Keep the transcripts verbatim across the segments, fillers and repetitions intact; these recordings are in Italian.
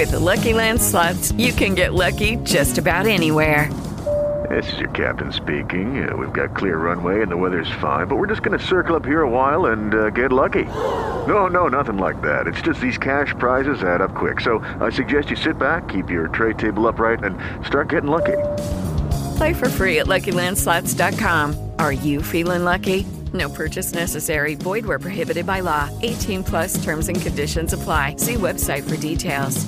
With the Lucky Land Slots, you can get lucky just about anywhere. This is your captain speaking. Uh, we've got clear runway and the weather's fine, but we're just going to circle up here a while and uh, get lucky. No, no, nothing like that. It's just these cash prizes add up quick. So I suggest you sit back, keep your tray table upright, and start getting lucky. Play for free at Lucky Land Slots dot com. Are you feeling lucky? No purchase necessary. Void where prohibited by law. eighteen plus terms and conditions apply. See website for details.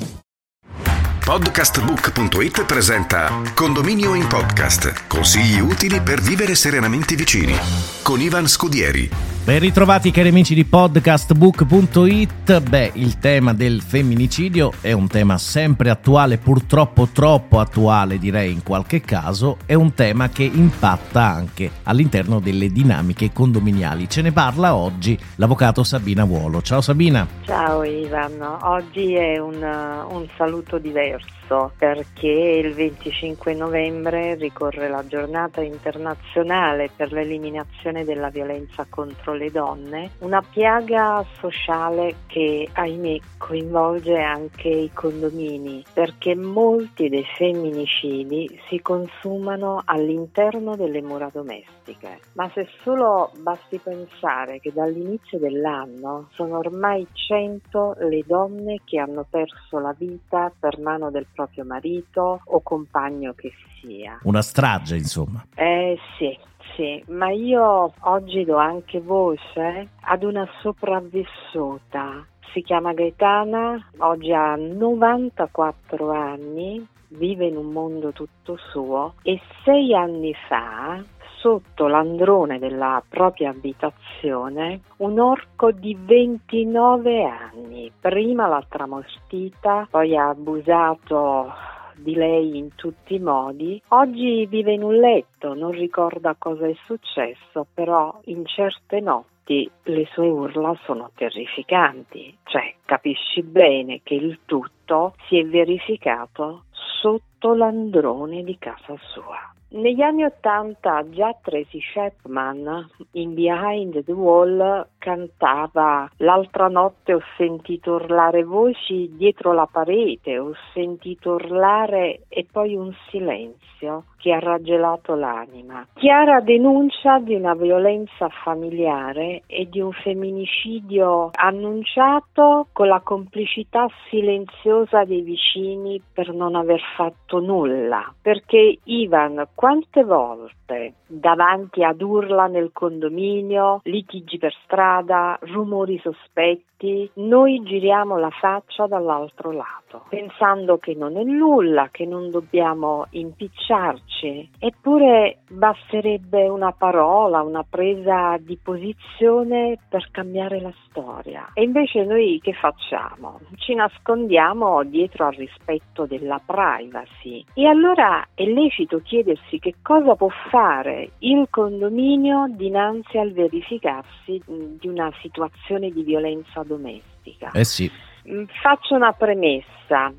Podcastbook punto it presenta Condominio in Podcast. Consigli utili per vivere serenamente vicini. Con Ivan Scudieri. Ben ritrovati cari amici di Podcastbook punto it. Beh, il tema del femminicidio è un tema sempre attuale, purtroppo troppo attuale direi in qualche caso. È un tema che impatta anche all'interno delle dinamiche condominiali. Ce ne parla oggi l'avvocato Sabina Vuolo. Ciao Sabina. Ciao Ivan, oggi è un, un saluto diverso perché il venticinque novembre ricorre la giornata internazionale per l'eliminazione della violenza contro le donne, una piaga sociale che ahimè coinvolge anche i condomini, perché molti dei femminicidi si consumano all'interno delle mura domestiche. Ma se solo basti pensare che dall'inizio dell'anno sono ormai cento le donne che hanno perso la vita per mano del proprio marito o compagno che sia. Una strage, insomma. Eh sì. Sì, ma io oggi do anche voce ad una sopravvissuta. Si chiama Gaetana, oggi ha novantaquattro anni, vive in un mondo tutto suo e sei anni fa, sotto l'androne della propria abitazione, un orco di ventinove anni. Prima l'ha tramortita, poi ha abusato di lei in tutti i modi. Oggi vive in un letto, non ricorda cosa è successo, però in certe notti le sue urla sono terrificanti. Cioè, capisci bene che il tutto si è verificato sotto l'androne di casa sua. Negli anni Ottanta già Tracy Chapman in Behind the Wall cantava: l'altra notte ho sentito urlare voci dietro la parete, ho sentito urlare e poi un silenzio che ha raggelato l'anima. Chiara denuncia di una violenza familiare e di un femminicidio annunciato con la complicità silenziosa dei vicini per non aver fatto nulla. Perché Ivan, quante volte davanti ad urla nel condominio, litigi per strada, rumori sospetti, noi giriamo la faccia dall'altro lato, pensando che non è nulla, che non dobbiamo impicciarci. Eppure basterebbe una parola, una presa di posizione per cambiare la storia. E invece noi che facciamo? Ci nascondiamo dietro al rispetto della privacy. E allora è lecito chiedersi che cosa può fare il condominio dinanzi al verificarsi di una situazione di violenza domestica. Eh sì. Faccio una premessa.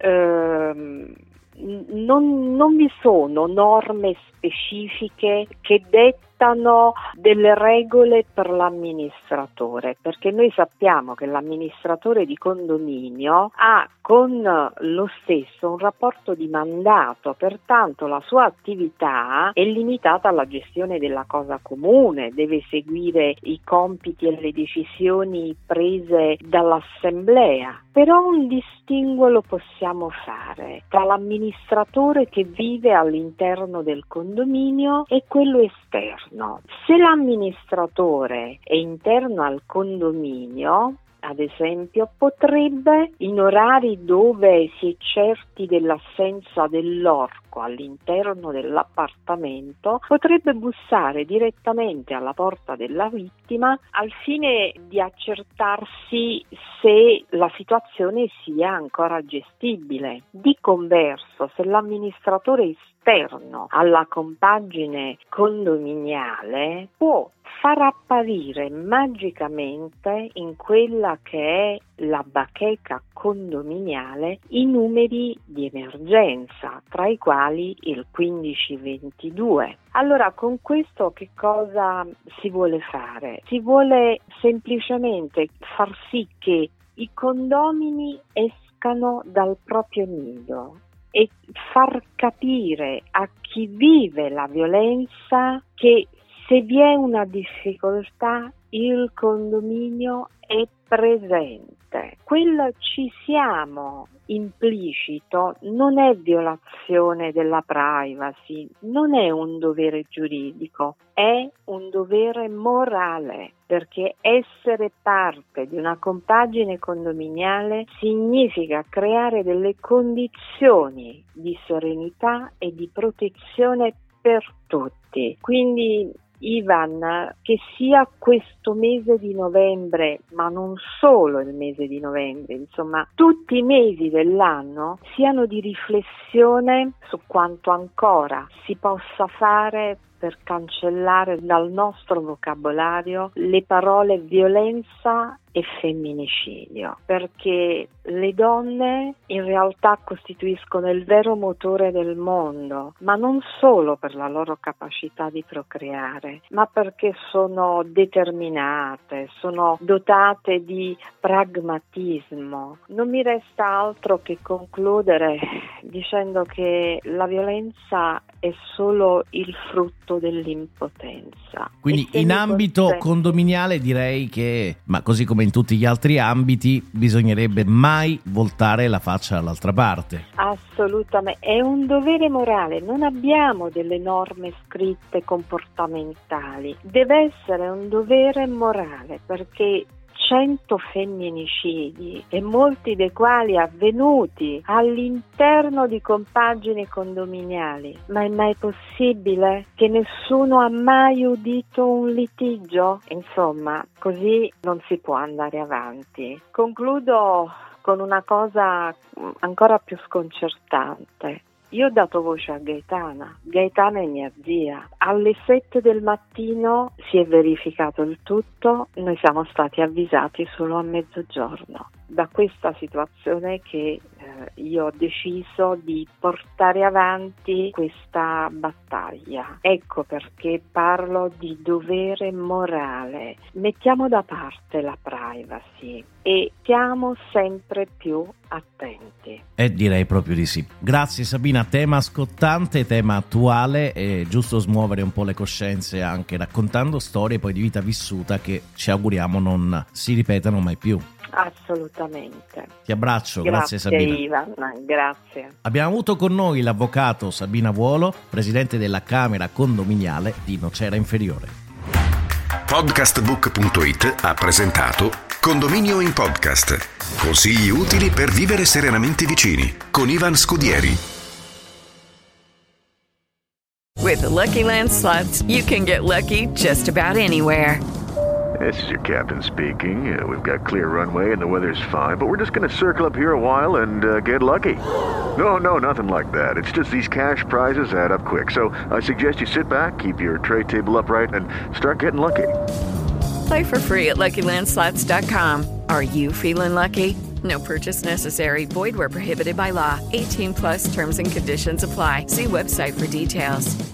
Ehm, non, non vi sono norme specifiche che dettano delle regole per l'amministratore, perché noi sappiamo che l'amministratore di condominio ha con lo stesso un rapporto di mandato, pertanto la sua attività è limitata alla gestione della cosa comune, deve seguire i compiti e le decisioni prese dall'assemblea. Però un distinguo lo possiamo fare tra l'amministratore che vive all'interno del condominio e quello esterno. Se l'amministratore è interno al condominio, ad esempio, potrebbe, in orari dove si è certi dell'assenza dell'orco all'interno dell'appartamento, potrebbe bussare direttamente alla porta della vittima al fine di accertarsi se la situazione sia ancora gestibile. Di converso, se l'amministratore esterno alla compagine condominiale può far apparire magicamente in quella che è la bacheca condominiale i numeri di emergenza, tra i quali il quindici ventidue. Allora, con questo che cosa si vuole fare? Si vuole semplicemente far sì che i condomini escano escano dal proprio nido e far capire a chi vive la violenza che se vi è una difficoltà il condominio è presente. Quello ci siamo implicito non è violazione della privacy, non è un dovere giuridico, è un dovere morale, perché essere parte di una compagine condominiale significa creare delle condizioni di serenità e di protezione per tutti. Quindi Ivan, che sia questo mese di novembre, ma non solo il mese di novembre, insomma tutti i mesi dell'anno siano di riflessione su quanto ancora si possa fare per cancellare dal nostro vocabolario le parole violenza e femminicidio, perché le donne in realtà costituiscono il vero motore del mondo, ma non solo per la loro capacità di procreare, ma perché sono determinate, sono dotate di pragmatismo. Non mi resta altro che concludere dicendo che la violenza è solo il frutto dell'impotenza. Quindi in ambito consente... condominiale direi che, ma così come in tutti gli altri ambiti, bisognerebbe mai voltare la faccia dall'altra parte. Assolutamente, è un dovere morale, non abbiamo delle norme scritte comportamentali, deve essere un dovere morale, perché cento femminicidi e molti dei quali avvenuti all'interno di compagini condominiali. Ma è mai possibile che nessuno ha mai udito un litigio? Insomma, così non si può andare avanti. Concludo con una cosa ancora più sconcertante. Io ho dato voce a Gaetana, Gaetana è mia zia. Alle sette del mattino si è verificato il tutto, noi siamo stati avvisati solo a mezzogiorno. Da questa situazione che eh, io ho deciso di portare avanti questa battaglia. Ecco perché parlo di dovere morale. Mettiamo da parte la privacy e stiamo sempre più attenti. E direi proprio di sì. Grazie Sabina, tema scottante, tema attuale, è giusto smuovere un po' le coscienze anche raccontando storie poi di vita vissuta che ci auguriamo non si ripetano mai più. Assolutamente. Ti abbraccio, grazie, grazie Sabina. Ivan, grazie. Abbiamo avuto con noi l'avvocato Sabina Vuolo, presidente della Camera Condominiale di Nocera Inferiore. Podcastbook punto it ha presentato Condominio in Podcast. Consigli utili per vivere serenamente vicini con Ivan Scudieri. With the Lucky Land Slots, you can get lucky just about anywhere. This is your captain speaking. Uh, we've got clear runway and the weather's fine, but we're just going to circle up here a while and uh, get lucky. No, no, nothing like that. It's just these cash prizes add up quick. So I suggest you sit back, keep your tray table upright, and start getting lucky. Play for free at Lucky Land Slots dot com. Are you feeling lucky? No purchase necessary. Void where prohibited by law. eighteen plus terms and conditions apply. See website for details.